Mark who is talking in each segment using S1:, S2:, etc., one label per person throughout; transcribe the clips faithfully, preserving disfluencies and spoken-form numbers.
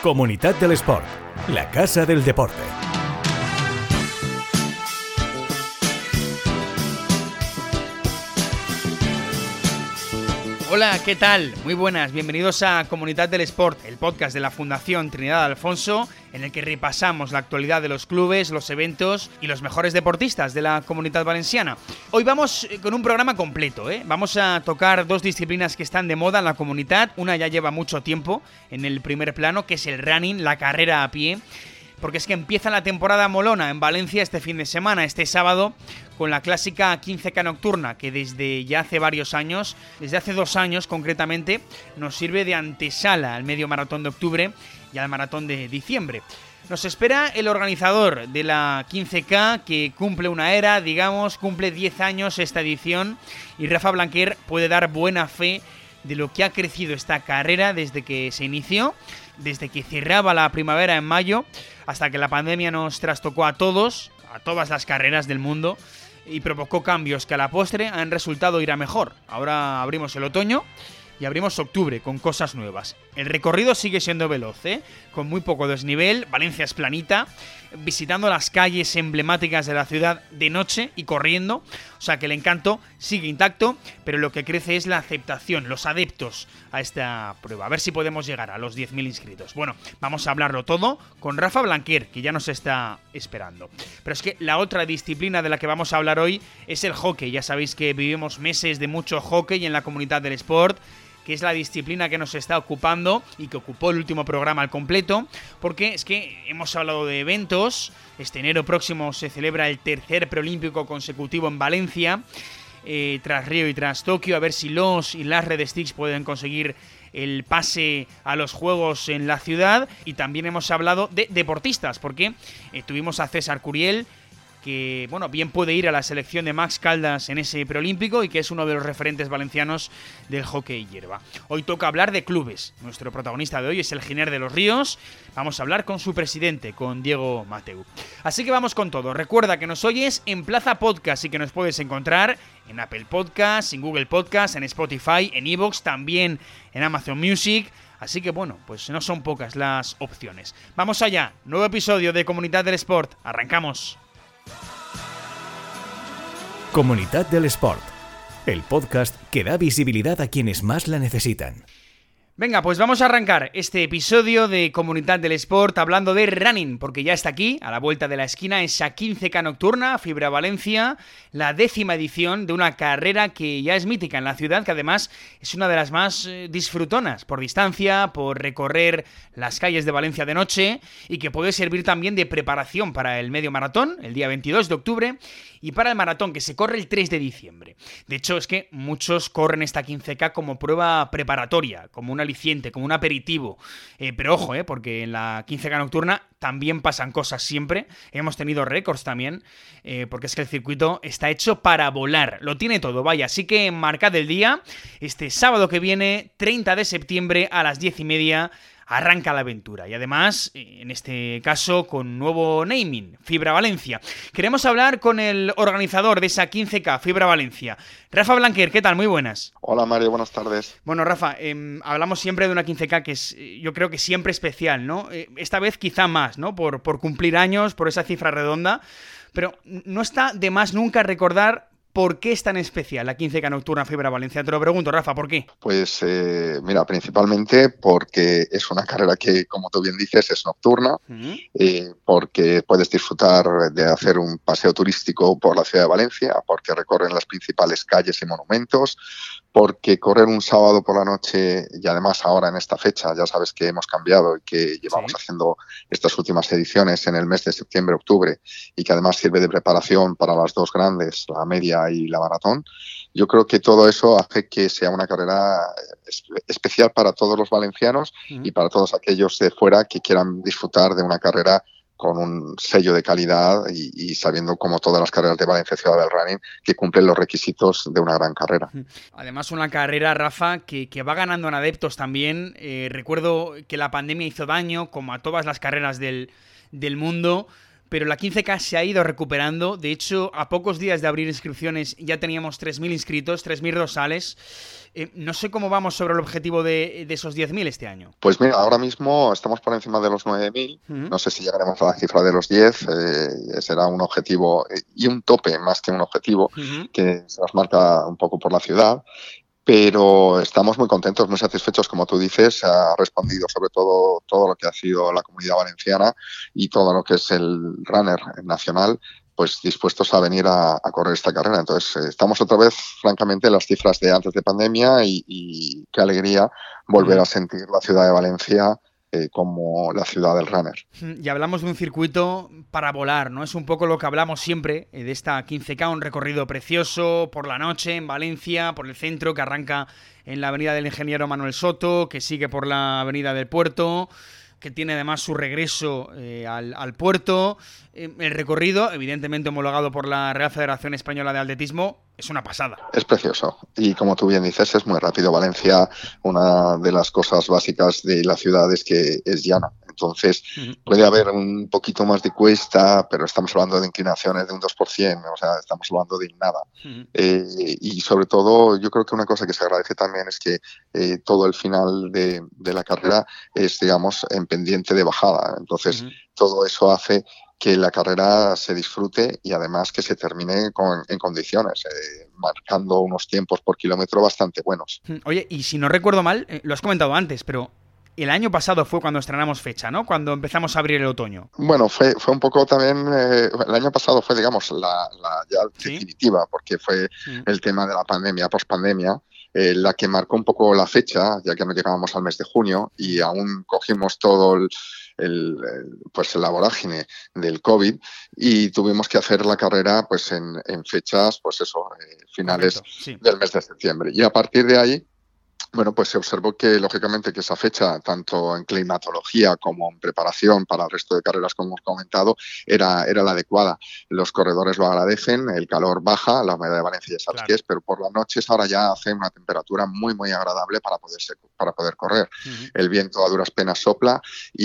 S1: Comunitat de l'Esport, la casa del deporte.
S2: Hola, ¿qué tal? Muy buenas, bienvenidos a Comunitat del Esport, el podcast de la Fundación Trinidad Alfonso, en el que repasamos la actualidad de los clubes, los eventos y los mejores deportistas de la Comunitat Valenciana. Hoy vamos con un programa completo, ¿eh? Vamos a tocar dos disciplinas que están de moda en la comunidad. Una ya lleva mucho tiempo en el primer plano, que es el running, la carrera a pie. Porque es que empieza la temporada molona en Valencia este fin de semana, este sábado, con la clásica quince K nocturna, que desde ya hace varios años, desde hace dos años concretamente, nos sirve de antesala al medio maratón de octubre y al maratón de diciembre. Nos espera el organizador de la quince K, que cumple una era, digamos, cumple diez años esta edición, y Rafa Blanquer puede dar buena fe de lo que ha crecido esta carrera desde que se inició, desde que cerraba la primavera en mayo, hasta que la pandemia nos trastocó a todos, a todas las carreras del mundo, y provocó cambios que a la postre han resultado ir a mejor. Ahora abrimos el otoño y abrimos octubre con cosas nuevas. El recorrido sigue siendo veloz, ¿eh? Con muy poco desnivel. Valencia es planita, visitando las calles emblemáticas de la ciudad de noche y corriendo. O sea que el encanto sigue intacto, pero lo que crece es la aceptación, los adeptos a esta prueba. A ver si podemos llegar a los diez mil inscritos. Bueno, vamos a hablarlo todo con Rafa Blanquer, que ya nos está esperando. Pero es que la otra disciplina de la que vamos a hablar hoy es el hockey. Ya sabéis que vivimos meses de mucho hockey en la Comunitat del Esport, que es la disciplina que nos está ocupando y que ocupó el último programa al completo, porque es que hemos hablado de eventos. Este enero próximo se celebra el tercer preolímpico consecutivo en Valencia, eh, tras Río y tras Tokio, a ver si los y las Red Sticks pueden conseguir el pase a los Juegos en la ciudad. Y también hemos hablado de deportistas, porque eh, tuvimos a César Curiel, que, bueno, bien puede ir a la selección de Max Caldas en ese preolímpico y que es uno de los referentes valencianos del hockey hierba. Hoy toca hablar de clubes. Nuestro protagonista de hoy es el Giner de los Ríos. Vamos a hablar con su presidente, con Diego Mateu. Así que vamos con todo. Recuerda que nos oyes en Plaza Podcast y que nos puedes encontrar en Apple Podcast, en Google Podcast, en Spotify, en iVoox, también en Amazon Music. Así que bueno, pues no son pocas las opciones. Vamos allá. Nuevo episodio de Comunitat del Esport. Arrancamos.
S1: Comunitat del Esport, el podcast que da visibilidad a quienes más la necesitan.
S2: Venga, pues vamos a arrancar este episodio de Comunitat del Esport hablando de running, porque ya está aquí, a la vuelta de la esquina, esa quince K nocturna, Fibra Valencia, la décima edición de una carrera que ya es mítica en la ciudad, que además es una de las más eh, disfrutonas por distancia, por recorrer las calles de Valencia de noche, y que puede servir también de preparación para el medio maratón, el día veintidós de octubre, y para el maratón, que se corre el tres de diciembre. De hecho, es que muchos corren esta quince K como prueba preparatoria, como un aliciente, como un aperitivo. Eh, pero ojo, eh, porque en la quince K nocturna también pasan cosas siempre. Hemos tenido récords también, eh, porque es que el circuito está hecho para volar. Lo tiene todo, vaya. Así que marcad el día. Este sábado que viene, treinta de septiembre, a las diez y media, arranca la aventura. Y además, en este caso, con nuevo naming, Fibra Valencia. Queremos hablar con el organizador de esa quince K, Fibra Valencia. Rafa Blanquer, ¿qué tal? Muy buenas.
S3: Hola Mario, buenas tardes.
S2: Bueno, Rafa, eh, hablamos siempre de una quince K que es, yo creo que siempre especial, ¿no? Eh, esta vez quizá más, ¿no? Por, por cumplir años, por esa cifra redonda. Pero no está de más nunca recordar ¿por qué es tan especial la quince K nocturna Fibra Valencia? Te lo pregunto, Rafa, ¿por qué?
S3: Pues eh, mira, principalmente porque es una carrera que, como tú bien dices, es nocturna, uh-huh. eh, porque puedes disfrutar de hacer un paseo turístico por la ciudad de Valencia, porque recorren las principales calles y monumentos, porque correr un sábado por la noche, y además ahora en esta fecha, ya sabes que hemos cambiado y que llevamos sí. haciendo estas últimas ediciones en el mes de septiembre-octubre, y que además sirve de preparación para las dos grandes, la media y la maratón. Yo creo que todo eso hace que sea una carrera especial para todos los valencianos uh-huh. y para todos aquellos de fuera que quieran disfrutar de una carrera con un sello de calidad y, y sabiendo, como todas las carreras de Valencia Ciudad del Running, que cumplen los requisitos de una gran carrera.
S2: Además, una carrera, Rafa, que, que va ganando en adeptos también. Eh, recuerdo que la pandemia hizo daño, como a todas las carreras del, del mundo, pero la quince K se ha ido recuperando. De hecho, a pocos días de abrir inscripciones ya teníamos tres mil inscritos, tres mil dorsales. Eh, no sé cómo vamos sobre el objetivo de, de esos diez mil este año.
S3: Pues mira, ahora mismo estamos por encima de los nueve mil. Uh-huh. No sé si llegaremos a la cifra de los diez. Eh, será un objetivo eh, y un tope más que un objetivo uh-huh. que se nos marca un poco por la ciudad. Pero estamos muy contentos, muy satisfechos, como tú dices. Ha respondido sobre todo todo lo que ha sido la Comunidad Valenciana y todo lo que es el runner nacional, pues dispuestos a venir a, a correr esta carrera. Entonces, eh, estamos otra vez, francamente, en las cifras de antes de pandemia y, y qué alegría volver a sentir la ciudad de Valencia eh, como la ciudad del runner.
S2: Y hablamos de un circuito para volar, ¿no? Es un poco lo que hablamos siempre eh, de esta quince K, un recorrido precioso por la noche en Valencia, por el centro, que arranca en la avenida del Ingeniero Manuel Soto, que sigue por la avenida del Puerto, que tiene además su regreso eh, al, al puerto. Eh, el recorrido, evidentemente homologado por la Real Federación Española de Atletismo, es una pasada.
S3: Es precioso y, como tú bien dices, es muy rápido. Valencia, una de las cosas básicas de la ciudad es que es llana. Entonces, uh-huh. puede haber un poquito más de cuesta, pero estamos hablando de inclinaciones de un dos por ciento, o sea, estamos hablando de nada. Uh-huh. Eh, y sobre todo, yo creo que una cosa que se agradece también es que eh, todo el final de, de la carrera es, digamos, en pendiente de bajada. Entonces, uh-huh. todo eso hace que la carrera se disfrute y además que se termine con, en condiciones, eh, marcando unos tiempos por kilómetro bastante buenos.
S2: Oye, y si no recuerdo mal, eh, lo has comentado antes, pero el año pasado fue cuando estrenamos fecha, ¿no? Cuando empezamos a abrir el otoño.
S3: Bueno, fue fue un poco también, eh, el año pasado fue, digamos, la, la ya ¿Sí? definitiva, porque fue sí. el tema de la pandemia, pospandemia, eh, la que marcó un poco la fecha, ya que no llegábamos al mes de junio y aún cogimos todo el El, el, pues la vorágine del COVID y tuvimos que hacer la carrera pues en, en fechas, pues eso, eh, finales Correcto, sí. del mes de septiembre. Y a partir de ahí, bueno, pues se observó que, lógicamente, que esa fecha, tanto en climatología como en preparación para el resto de carreras, como hemos comentado, era, era la adecuada. Los corredores lo agradecen, el calor baja, la humedad de Valencia ya sabes claro. que es, pero por las noches ahora ya hace una temperatura muy, muy agradable para, poderse, para poder correr. Uh-huh. El viento a duras penas sopla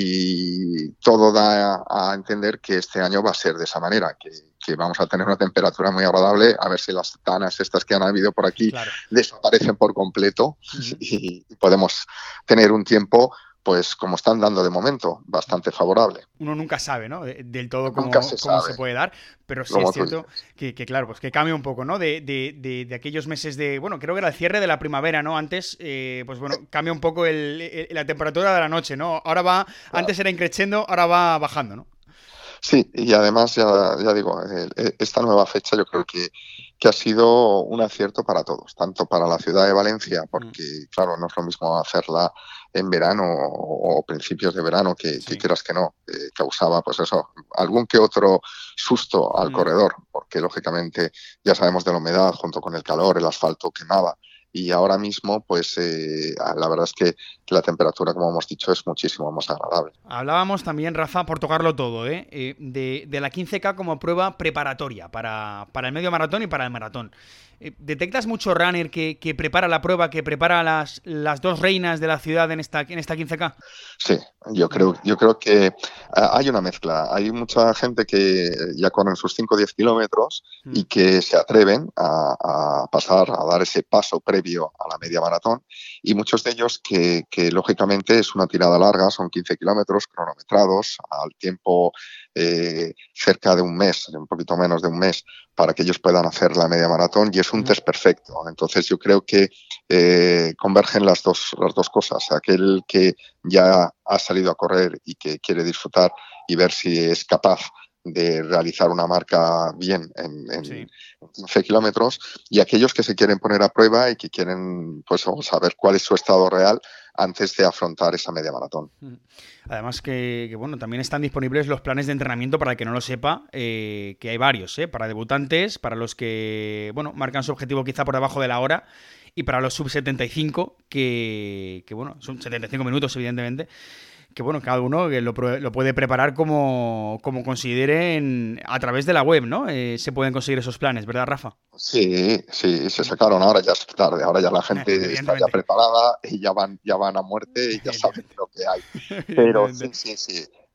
S3: y todo da a, a entender que este año va a ser de esa manera, que que vamos a tener una temperatura muy agradable, a ver si las tanas estas que han habido por aquí claro. desaparecen por completo uh-huh. y podemos tener un tiempo, pues como están dando de momento, bastante favorable.
S2: Uno nunca sabe, ¿no? Del todo cómo se, cómo se puede dar, pero sí como es cierto que, que, claro, pues que cambia un poco, ¿no? De, de, de, de aquellos meses de, bueno, creo que era el cierre de la primavera, ¿no? Antes, eh, pues bueno, cambia un poco el, el, la temperatura de la noche, ¿no? Ahora va, claro. antes era increciendo, ahora va bajando, ¿no?
S3: Sí, y además, ya, ya digo, esta nueva fecha yo creo que, que ha sido un acierto para todos, tanto para la ciudad de Valencia, porque, mm. claro, no es lo mismo hacerla en verano o, o principios de verano, que, sí. que quieras que no, eh, causaba, pues eso, algún que otro susto al mm. corredor, porque, lógicamente, ya sabemos de la humedad, junto con el calor, el asfalto quemaba. Y ahora mismo, pues eh, la verdad es que la temperatura, como hemos dicho, es muchísimo más agradable.
S2: Hablábamos también, Rafa, por tocarlo todo, ¿eh? Eh, de, de la quince K como prueba preparatoria para, para el medio maratón y para el maratón. Eh, ¿Detectas mucho runner que, que prepara la prueba, que prepara las, las dos reinas de la ciudad en esta, en esta quince K?
S3: Sí, yo creo, yo creo que hay una mezcla. Hay mucha gente que ya corren sus cinco o diez kilómetros mm. y que se atreven a, a pasar, a dar ese paso previo a la media maratón, y muchos de ellos que, que lógicamente es una tirada larga, son quince kilómetros cronometrados al tiempo eh, cerca de un mes, un poquito menos de un mes, para que ellos puedan hacer la media maratón, y es un test perfecto. Entonces yo creo que eh, convergen las dos, las dos cosas. Aquel que ya ha salido a correr y que quiere disfrutar y ver si es capaz de realizar una marca bien en, en sí. quince kilómetros, y aquellos que se quieren poner a prueba y que quieren pues saber cuál es su estado real antes de afrontar esa media maratón.
S2: Además que, que bueno, también están disponibles los planes de entrenamiento para el que no lo sepa, eh, que hay varios, ¿eh? Para debutantes, para los que, bueno, marcan su objetivo quizá por debajo de la hora, y para los sub setenta y cinco, que, que bueno, son setenta y cinco minutos evidentemente, que bueno, cada uno lo, lo puede preparar como, como considere en, a través de la web, ¿no? Eh, se pueden conseguir esos planes, ¿verdad, Rafa?
S3: Sí, sí, se sacaron, ahora ya es tarde, ahora ya la gente eh, está ya preparada y ya van, ya van a muerte y ya saben lo que hay. Pero sí, sí, sí.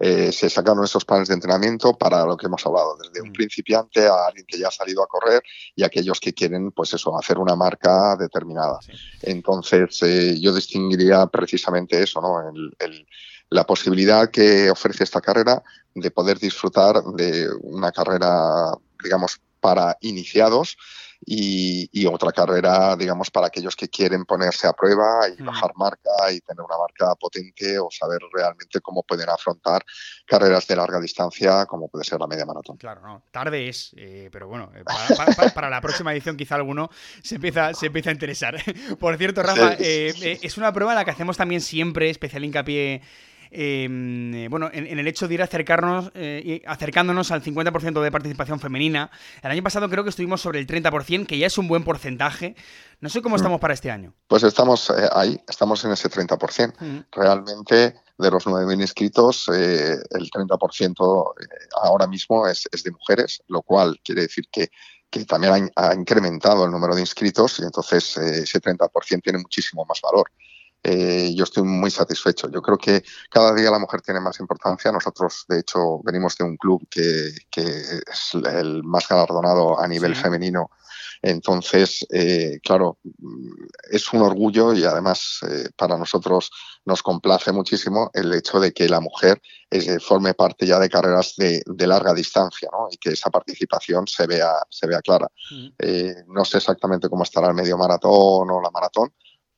S3: eh, se sacaron esos planes de entrenamiento para lo que hemos hablado, desde un principiante a alguien que ya ha salido a correr y aquellos que quieren, pues eso, hacer una marca determinada. Sí. Entonces, eh, yo distinguiría precisamente eso, ¿no? El, el, la posibilidad que ofrece esta carrera de poder disfrutar de una carrera, digamos, para iniciados y, y otra carrera, digamos, para aquellos que quieren ponerse a prueba y mm. bajar marca y tener una marca potente o saber realmente cómo pueden afrontar carreras de larga distancia como puede ser la media maratón.
S2: Claro, no, tarde es, eh, pero bueno, para, para, para la próxima edición quizá alguno se empieza, se empieza a interesar. Por cierto, Rafa, eh, eh, es una prueba en la que hacemos también siempre especial hincapié Eh, bueno, en, en el hecho de ir acercarnos, eh, acercándonos al cincuenta por ciento de participación femenina. El año pasado creo que estuvimos sobre el treinta por ciento, que ya es un buen porcentaje. No sé cómo estamos para este año.
S3: Pues estamos eh, ahí, estamos en ese treinta por ciento. Mm. Realmente, de los nueve mil inscritos, eh, el treinta por ciento eh, ahora mismo es, es de mujeres, lo cual quiere decir que que también ha, ha incrementado el número de inscritos y entonces eh, ese treinta por ciento tiene muchísimo más valor. Eh, yo estoy muy satisfecho. Yo creo que cada día la mujer tiene más importancia. Nosotros, de hecho, venimos de un club que, que es el más galardonado a nivel sí. femenino. Entonces, eh, claro, es un orgullo y además eh, para nosotros nos complace muchísimo el hecho de que la mujer eh, forme parte ya de carreras de, de larga distancia, ¿no? Y que esa participación se vea, se vea clara. Mm. Eh, no sé exactamente cómo estará el medio maratón o la maratón,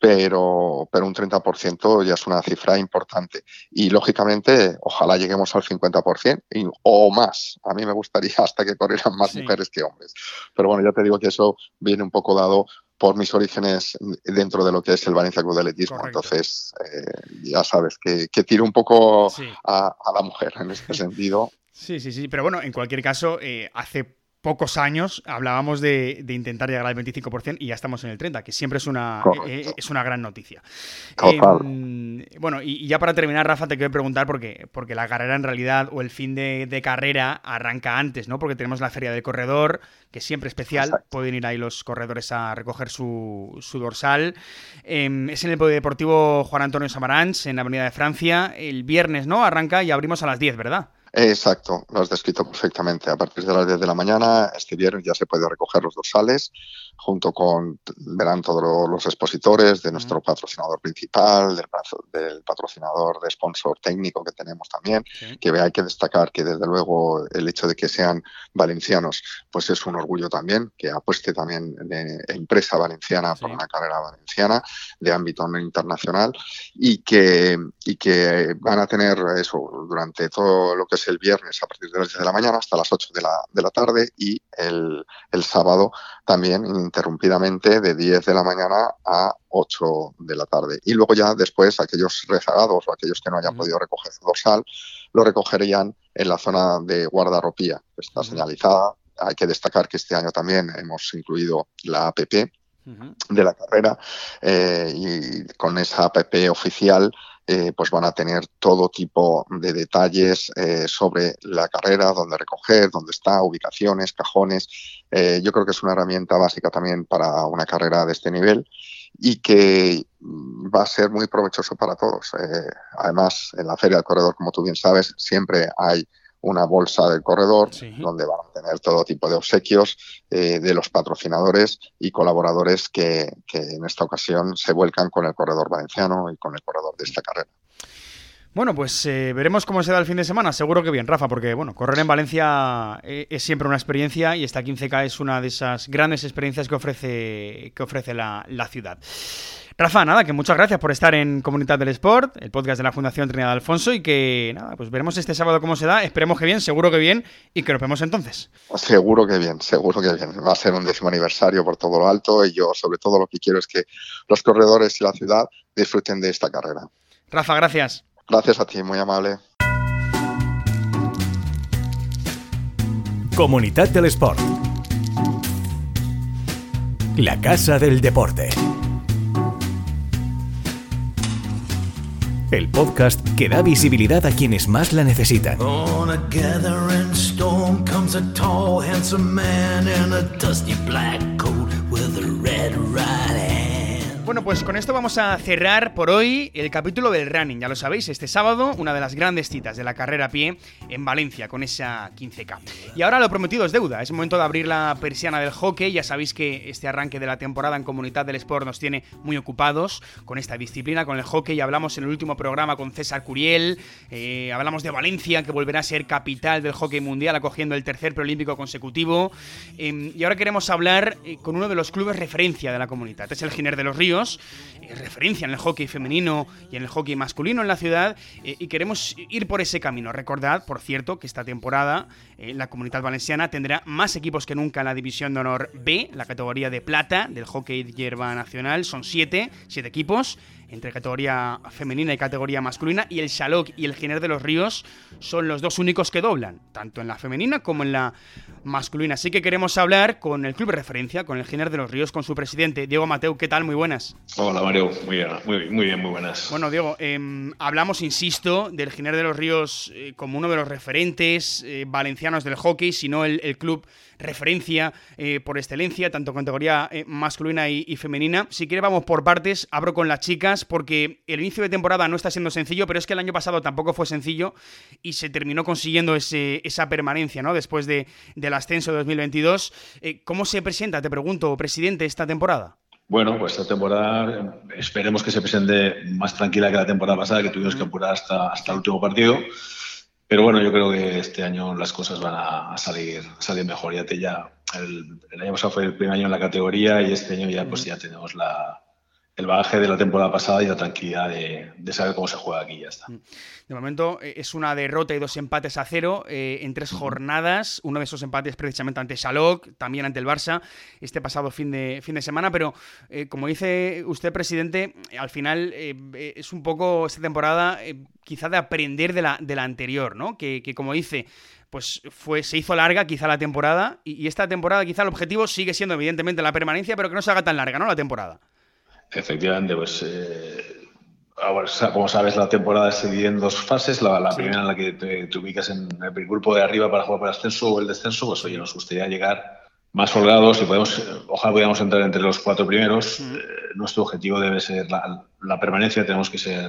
S3: Pero, pero un treinta por ciento ya es una cifra importante. Y, lógicamente, ojalá lleguemos al cincuenta por ciento y, o más. A mí me gustaría hasta que corrieran más sí. mujeres que hombres. Pero bueno, ya te digo que eso viene un poco dado por mis orígenes dentro de lo que es el Valencia Club de Atletismo. Correcto. Entonces, eh, ya sabes que, que tiro un poco sí. a, a la mujer en este sentido.
S2: Sí, sí, sí. Pero bueno, en cualquier caso, eh, hace pocos años hablábamos de, de intentar llegar al veinticinco por ciento y ya estamos en el treinta por ciento, que siempre es una, eh, es una gran noticia.
S3: Total.
S2: Eh, bueno, y, y ya para terminar, Rafa, te quiero preguntar porque, porque la carrera en realidad, o el fin de, de carrera, arranca antes, ¿no? Porque tenemos la Feria del Corredor, que es siempre especial. Exacto. Pueden ir ahí los corredores a recoger su, su dorsal. Eh, es en el Polideportivo Juan Antonio Samaranch, en la Avenida de Francia. El viernes, ¿no? Arranca y abrimos a las diez, ¿verdad?
S3: Exacto, lo has descrito perfectamente. A partir de las diez de la mañana, este viernes ya se puede recoger los dorsales, junto con, verán todos los expositores de nuestro patrocinador principal, del, del patrocinador de sponsor técnico que tenemos también, sí. que hay que destacar que desde luego el hecho de que sean valencianos, pues es un orgullo también, que apueste también de empresa valenciana sí. por una carrera valenciana de ámbito internacional y que, y que van a tener eso durante todo lo que es el viernes a partir de las diez de la mañana hasta las ocho de la, de la tarde y el, el sábado también ininterrumpidamente de diez de la mañana a ocho de la tarde. Y luego ya después aquellos rezagados o aquellos que no hayan uh-huh. podido recoger su dorsal lo recogerían en la zona de guardarropía, que está uh-huh. señalizada. Hay que destacar que este año también hemos incluido la app uh-huh. de la carrera eh, y con esa app oficial Eh, pues van a tener todo tipo de detalles eh, sobre la carrera, dónde recoger, dónde está, ubicaciones, cajones. Eh, yo creo que es una herramienta básica también para una carrera de este nivel y que va a ser muy provechoso para todos. Eh, además, en la Feria del Corredor, como tú bien sabes, siempre hay una bolsa del corredor sí. donde van a tener todo tipo de obsequios eh, de los patrocinadores y colaboradores que, que en esta ocasión se vuelcan con el corredor valenciano y con el corredor de esta carrera.
S2: Bueno, pues eh, veremos cómo se da el fin de semana. Seguro que bien, Rafa, porque bueno, correr en Valencia eh, es siempre una experiencia y esta quince K es una de esas grandes experiencias que ofrece, que ofrece la, la ciudad. Rafa, nada, que muchas gracias por estar en Comunitat del Esport, el podcast de la Fundación Trinidad de Alfonso, y que nada, pues veremos este sábado cómo se da, esperemos que bien, seguro que bien, y que nos vemos entonces.
S3: Seguro que bien, seguro que bien. Va a ser un décimo aniversario por todo lo alto y yo sobre todo lo que quiero es que los corredores y la ciudad disfruten de esta carrera.
S2: Rafa, gracias.
S3: Gracias a ti, muy amable.
S1: Comunitat del Esport, la casa del deporte. El podcast que da visibilidad a quienes más la necesitan. On a gathering storm comes a tall, handsome man in a dusty black coat with a red right hand.
S2: Bueno, pues con esto vamos a cerrar por hoy el capítulo del running. Ya lo sabéis, este sábado, una de las grandes citas de la carrera a pie en Valencia, con esa quince K. Y ahora lo prometido es deuda, es momento de abrir la persiana del hockey. Ya sabéis que este arranque de la temporada en Comunitat del Esport nos tiene muy ocupados con esta disciplina, con el hockey. Hablamos en el último programa con César Curiel, eh, hablamos de Valencia, que volverá a ser capital del hockey mundial, acogiendo el tercer preolímpico consecutivo. Eh, y ahora queremos hablar eh, con uno de los clubes referencia de la Comunitat. Es el Giner de los Ríos, eh, referencia en el hockey femenino y en el hockey masculino en la ciudad, eh, y queremos ir por ese camino. Recordad, por cierto, que esta temporada eh, la Comunitat Valenciana tendrá más equipos que nunca en la División de Honor B, la categoría de plata del hockey de hierba nacional. Son siete, siete equipos entre categoría femenina y categoría masculina, y el Xaloc y el Giner de los Ríos son los dos únicos que doblan, tanto en la femenina como en la masculina. Así que queremos hablar con el club de referencia, con el Giner de los Ríos, con su presidente, Diego Mateu. ¿Qué tal? Muy buenas.
S4: Hola, Mario. Muy bien, muy, muy bien, muy buenas.
S2: Bueno, Diego, eh, hablamos, insisto, del Giner de los Ríos eh, como uno de los referentes eh, valencianos del hockey, si no el, el club referencia eh, por excelencia, tanto en categoría eh, masculina y, y femenina. Si quieres, vamos por partes. Abro con las chicas, porque el inicio de temporada no está siendo sencillo, pero es que el año pasado tampoco fue sencillo y se terminó consiguiendo ese, esa permanencia, ¿no? Después de, del ascenso de dos mil veintidós. Eh, ¿Cómo se presenta, te pregunto, presidente, esta temporada?
S4: Bueno, pues esta temporada esperemos que se presente más tranquila que la temporada pasada, que tuvimos que apurar hasta, hasta el último partido. Pero bueno, yo creo que este año las cosas van a salir, a salir mejor. Ya, te, ya el, el año pasado fue el primer año en la categoría y este año ya, pues ya tenemos la, el bagaje de la temporada pasada y la tranquilidad de, de saber cómo se juega aquí y ya está.
S2: De momento es una derrota y dos empates a cero eh, en tres jornadas. Uno de esos empates precisamente ante Xaloc, también ante el Barça, este pasado fin de, fin de semana. Pero eh, como dice usted, presidente, al final eh, es un poco esta temporada eh, quizá de aprender de la, de la anterior, ¿no? Que, que como dice, pues fue, se hizo larga quizá la temporada, y, y esta temporada quizá el objetivo sigue siendo evidentemente la permanencia, pero que no se haga tan larga, ¿no? La temporada.
S4: Efectivamente, pues eh, ahora, como sabes, la temporada se divide en dos fases. La, la sí. primera, en la que te, te ubicas en el grupo de arriba para jugar por el ascenso o el descenso. Pues oye, nos gustaría llegar más holgados y podemos, ojalá podamos entrar entre los cuatro primeros. Mm. Eh, nuestro objetivo debe ser la, la permanencia. Tenemos que ser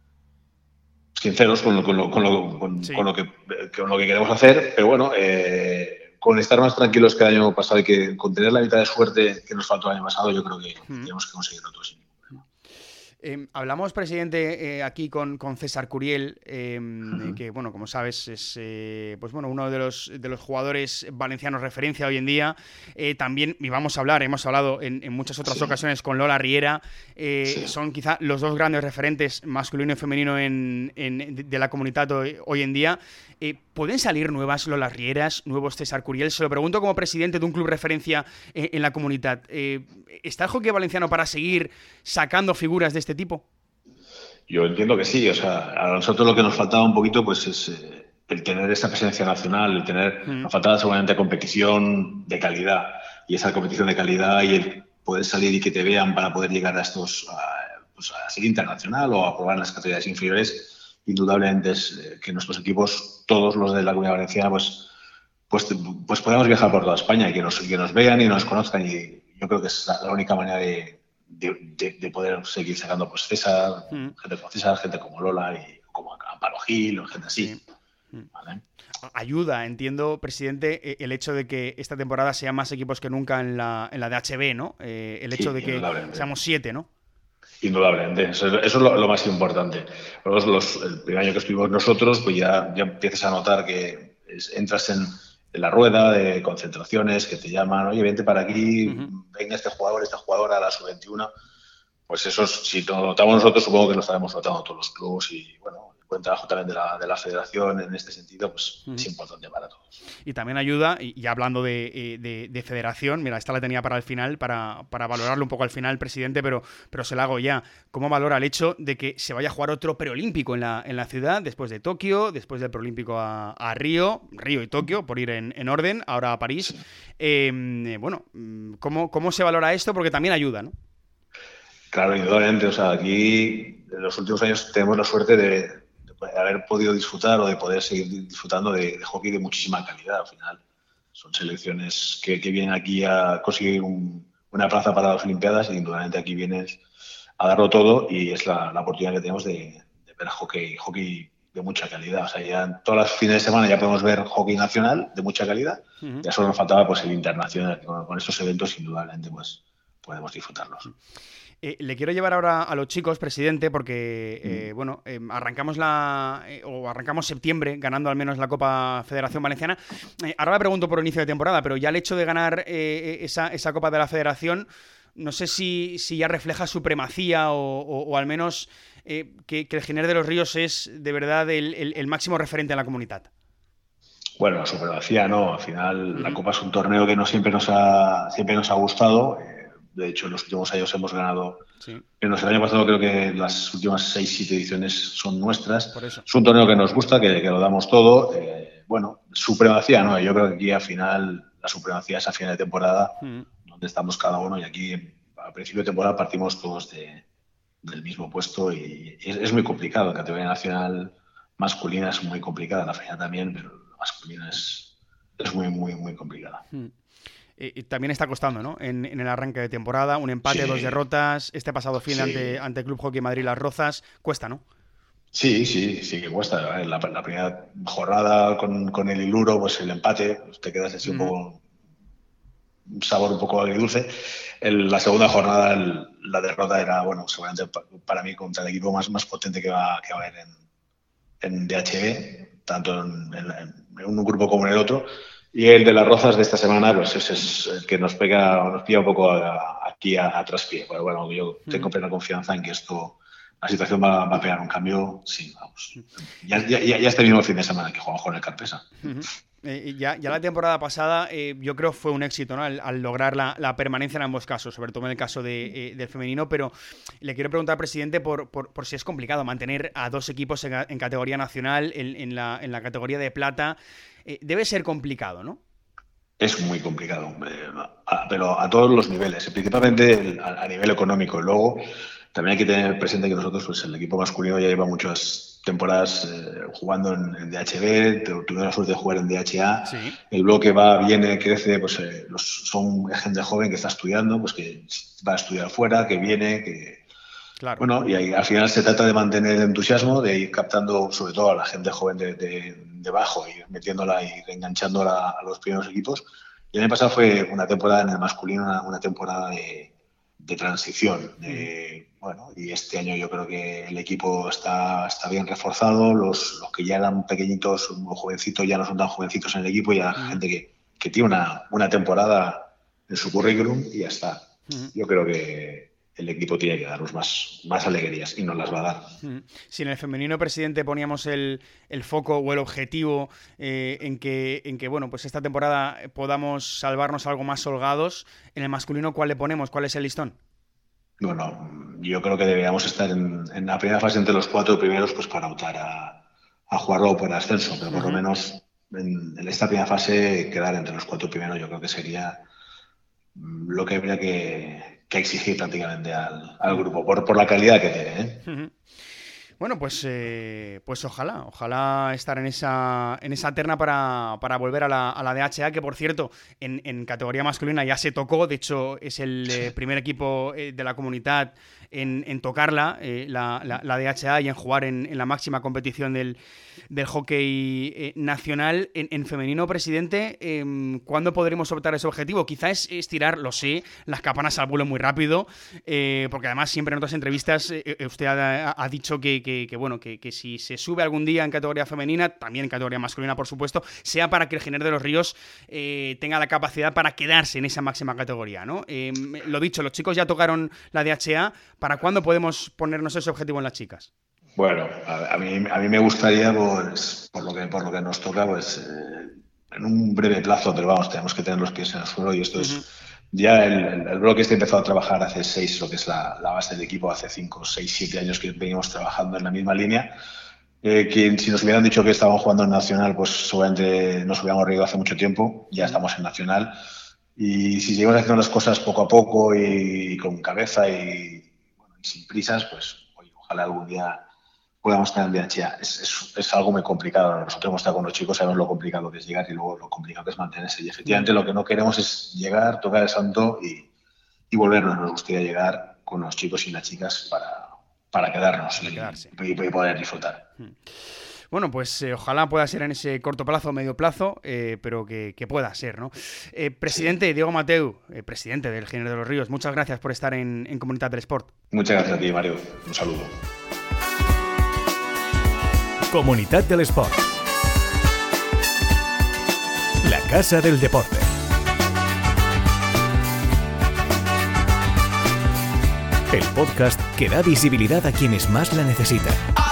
S4: sinceros con lo, con lo, con lo, con, sí. con lo, que, con lo que queremos hacer, pero bueno, eh, con estar más tranquilos que el año pasado y que con tener la mitad de suerte que nos faltó el año pasado, yo creo que mm. tenemos que conseguirlo todo sin ningún problema.
S2: Eh, hablamos, presidente, eh, aquí con, con César Curiel, eh, uh-huh. que, bueno, como sabes, es eh, pues bueno, uno de los, de los jugadores valencianos referencia hoy en día. Eh, también, y vamos a hablar, hemos hablado en, en muchas otras sí. ocasiones con Lola Riera, eh, sí. son quizá los dos grandes referentes masculino y femenino en, en, de la Comunitat hoy, hoy en día. Eh, ¿Pueden salir nuevas Lola Rieras, nuevos César Curiel? Se lo pregunto como presidente de un club referencia en, en la Comunitat. Eh, ¿Está el hockey valenciano para seguir sacando figuras de este tipo?
S4: Yo entiendo que sí. O sea, a nosotros lo que nos faltaba un poquito pues es eh, el tener esa presencia nacional, el tener, mm. nos faltaba seguramente competición de calidad, y esa competición de calidad y el poder salir y que te vean para poder llegar a estos a, pues a ser internacional o a probar en las categorías inferiores. Indudablemente es eh, que nuestros equipos, todos los de la Comunidad Valenciana, pues, pues, pues podemos viajar por toda España y que nos, que nos vean y nos conozcan, y yo creo que es la, la única manera de, de, de, de poder seguir sacando pues César, mm. gente como César, gente como Lola y como Amparo Gil, o gente así. Sí. ¿Vale?
S2: Ayuda, entiendo, presidente, el hecho de que esta temporada sean más equipos que nunca en la, en la D H B, ¿no? Eh, el hecho sí, de que seamos siete, ¿no?
S4: Indudablemente, eso, eso es lo, lo más importante. Los, los, el primer año que estuvimos nosotros, pues ya, ya empiezas a notar que es, entras en, en la rueda de concentraciones, que te llaman, oye, vente para aquí, uh-huh. venga este jugador, esta jugadora a la sub veintiuno. Pues eso, si lo notamos nosotros, supongo que lo estaremos notando todos los clubes, y bueno, el buen trabajo también de la, de la federación en este sentido, pues uh-huh. es importante para todos.
S2: Y también ayuda, y ya hablando de, de, de federación, mira, esta la tenía para el final, para, para valorarlo un poco al final, presidente, pero, pero se la hago ya. ¿Cómo valora el hecho de que se vaya a jugar otro preolímpico en la, en la ciudad, después de Tokio, después del preolímpico a, a Río, Río y Tokio, por ir en, en orden, ahora a París? Sí. Eh, bueno, ¿cómo, ¿cómo se valora esto? Porque también ayuda, ¿no?
S4: Claro, indudablemente. O sea, aquí en los últimos años tenemos la suerte de, de haber podido disfrutar o de poder seguir disfrutando de, de hockey de muchísima calidad. Al final son selecciones que, que vienen aquí a conseguir un, una plaza para las Olimpiadas y indudablemente aquí vienes a darlo todo y es la, la oportunidad que tenemos de, de ver hockey, hockey de mucha calidad. O sea, ya todos los fines de semana ya podemos ver hockey nacional de mucha calidad. Uh-huh. Ya solo nos faltaba pues el internacional. Con, con estos eventos indudablemente pues podemos disfrutarlos.
S2: Eh, le quiero llevar ahora a los chicos, presidente, porque eh, mm. bueno, eh, arrancamos la eh, o arrancamos septiembre ganando al menos la Copa Federación Valenciana. Eh, ahora le pregunto por inicio de temporada, pero ya el hecho de ganar eh, esa, esa Copa de la Federación, no sé si, si ya refleja supremacía o, o, o al menos eh, que, que el Giner de los Ríos es de verdad el, el, el máximo referente en la comunidad.
S4: Bueno, supremacía no, al final uh-huh. la Copa es un torneo que no siempre nos ha siempre nos ha gustado. Eh, De hecho, en los últimos años hemos ganado. Sí. En el año pasado creo que las últimas seis, siete ediciones son nuestras.
S2: Por eso.
S4: Es un torneo que nos gusta, que, que lo damos todo. Eh, bueno, supremacía, ¿no? Yo creo que aquí al final, la supremacía es a final de temporada, mm. donde estamos cada uno y aquí a principio de temporada partimos todos de, del mismo puesto y es, es muy complicado. La categoría nacional masculina es muy complicada, la femenina también, pero la masculina es, es muy, muy, muy complicada.
S2: Mm. Eh, también está costando, ¿no? En, en el arranque de temporada, un empate, sí. dos derrotas, este pasado fin sí. ante, ante Club Hockey Madrid Las Rozas, cuesta, ¿no?
S4: Sí, sí, sí que cuesta. La, la primera jornada con, con el Iluro, pues el empate, te quedas así mm. un poco, un sabor un poco agridulce. El, la segunda jornada, el, la derrota era, bueno, seguramente para mí contra el equipo más, más potente que va, que va a haber en, en D H B, tanto en, en, en un grupo como en el otro. Y el de Las Rozas de esta semana, pues ese es el que nos pega, nos pilla un poco a, a, aquí a, a traspié. Pero bueno, yo tengo plena confianza en que esto, la situación va, va a pegar un cambio. Sí, vamos. Ya, ya, ya este mismo fin de semana que jugamos con el Carpesa.
S2: Uh-huh. Eh, ya, ya la temporada pasada eh, yo creo fue un éxito, ¿no? Al, al lograr la, la permanencia en ambos casos, sobre todo en el caso de, eh, del femenino, pero le quiero preguntar, presidente, por, por, por si es complicado mantener a dos equipos en, en categoría nacional, en, en, la, en la categoría de plata. Eh, debe ser complicado, ¿no?
S4: Es muy complicado, eh, a, pero a todos los niveles, principalmente el, a, a nivel económico. Luego también hay que tener presente que nosotros, pues el equipo masculino ya lleva muchas temporadas eh, jugando en, en D H B, tuvimos la suerte de jugar en D H A, sí. El bloque va, viene, crece, pues eh, los, son gente joven que está estudiando, pues que va a estudiar fuera, que viene, que...
S2: Claro.
S4: Bueno, y ahí, al final se trata de mantener el entusiasmo, de ir captando sobre todo a la gente joven de, de, de bajo, y metiéndola y reenganchándola a los primeros equipos. Y el año pasado fue una temporada en el masculino, una, una temporada de, de transición. De, bueno, y este año yo creo que el equipo está, está bien reforzado, los, los que ya eran pequeñitos, los jovencitos ya no son tan jovencitos en el equipo, ya hay gente que, que tiene una, una temporada en su currículum y ya está. Yo creo que el equipo tiene que darnos más, más alegrías y nos las va a dar.
S2: Si en el femenino, presidente, poníamos el, el foco o el objetivo eh, en que, en que bueno, pues esta temporada podamos salvarnos algo más holgados, en el masculino, ¿cuál le ponemos? ¿Cuál es el listón?
S4: Bueno, yo creo que deberíamos estar en, en la primera fase entre los cuatro primeros pues para optar a, a jugarlo por ascenso, pero por uh-huh. lo menos en, en esta primera fase quedar entre los cuatro primeros yo creo que sería lo que habría que... que exigir prácticamente al, al grupo, por, por la calidad que tiene, ¿eh?
S2: Uh-huh. Bueno, pues eh, pues ojalá, ojalá estar en esa en esa terna para, para volver a la, a la D H A, que por cierto, en, en categoría masculina ya se tocó, de hecho es el eh, primer equipo eh, de la comunidad en, en tocarla, eh, la, la, la D H A, y en jugar en, en la máxima competición del, del hockey eh, nacional. En, en femenino, presidente, eh, ¿cuándo podremos optar ese objetivo? Quizás es estirar, lo sé, las campanas al vuelo muy rápido, eh, porque además siempre en otras entrevistas eh, usted ha, ha dicho que, que, que bueno, que, que si se sube algún día en categoría femenina, también en categoría masculina, por supuesto, sea para que el Giner de los Ríos eh, tenga la capacidad para quedarse en esa máxima categoría, ¿no? Eh, lo dicho, los chicos ya tocaron la D H A. ¿Para cuándo podemos ponernos ese objetivo en las chicas?
S4: Bueno, a, a, mí, a mí me gustaría, pues, por lo que por lo que nos toca, pues eh, en un breve plazo, pero vamos, tenemos que tener los pies en el suelo y esto uh-huh. es... Ya el, el, el bloque este empezó a trabajar hace seis, lo que es la, la base del equipo, hace cinco, seis, siete años que venimos trabajando en la misma línea. Eh, que si nos hubieran dicho que estábamos jugando en Nacional, pues seguramente nos hubiéramos reído hace mucho tiempo, ya estamos en Nacional. Y si seguimos haciendo las cosas poco a poco y, y con cabeza y, bueno, y sin prisas, pues oye, ojalá algún día podamos estar en D H A. Es, es, es algo muy complicado. Nosotros hemos estado con los chicos, sabemos lo complicado que es llegar y luego lo complicado que es mantenerse. Y efectivamente lo que no queremos es llegar, tocar el santo y, y volvernos. Nos gustaría llegar con los chicos y las chicas para, para quedarnos y, y, y poder disfrutar.
S2: Bueno, pues eh, ojalá pueda ser en ese corto plazo o medio plazo, eh, pero que, que pueda ser, ¿no? Eh, presidente sí. Diego Mateu, eh, presidente del Giner de los Ríos, muchas gracias por estar en, en Comunitat del Esport.
S4: Muchas gracias a ti, Mario. Un saludo.
S1: Comunitat del Esport. La casa del deporte. El podcast que da visibilidad a quienes más la necesitan.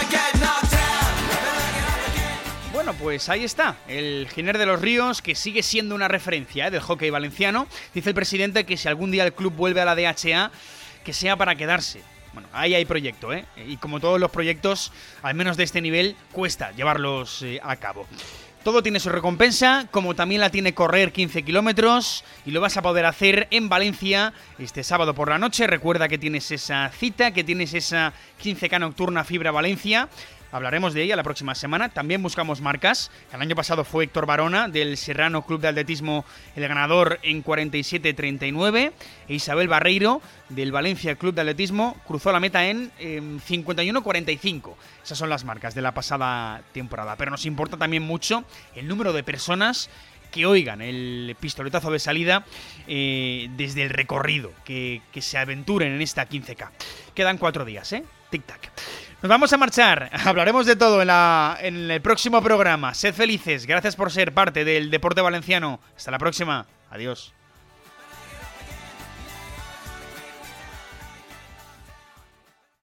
S2: Bueno, pues ahí está, el Giner de los Ríos, que sigue siendo una referencia ¿eh? del hockey valenciano. Dice el presidente que si algún día el club vuelve a la D H A, que sea para quedarse. Bueno, ahí hay proyecto, ¿eh? Y como todos los proyectos, al menos de este nivel, cuesta llevarlos eh, a cabo. Todo tiene su recompensa, como también la tiene correr quince kilómetros, y lo vas a poder hacer en Valencia este sábado por la noche. Recuerda que tienes esa cita, que tienes esa quince K nocturna Fibra Valencia. Hablaremos de ella la próxima semana. También buscamos marcas. El año pasado fue Héctor Barona, del Serrano Club de Atletismo, el ganador en cuarenta y siete treinta y nueve. E Isabel Barreiro, del Valencia Club de Atletismo, cruzó la meta en eh, cincuenta y uno cuarenta y cinco. Esas son las marcas de la pasada temporada. Pero nos importa también mucho el número de personas que oigan el pistoletazo de salida eh, desde el recorrido, que, que se aventuren en esta quince K. Quedan cuatro días, ¿eh? Tic-tac. Nos vamos a marchar, hablaremos de todo en, la, en el próximo programa. Sed felices, gracias por ser parte del deporte valenciano. Hasta la próxima, adiós.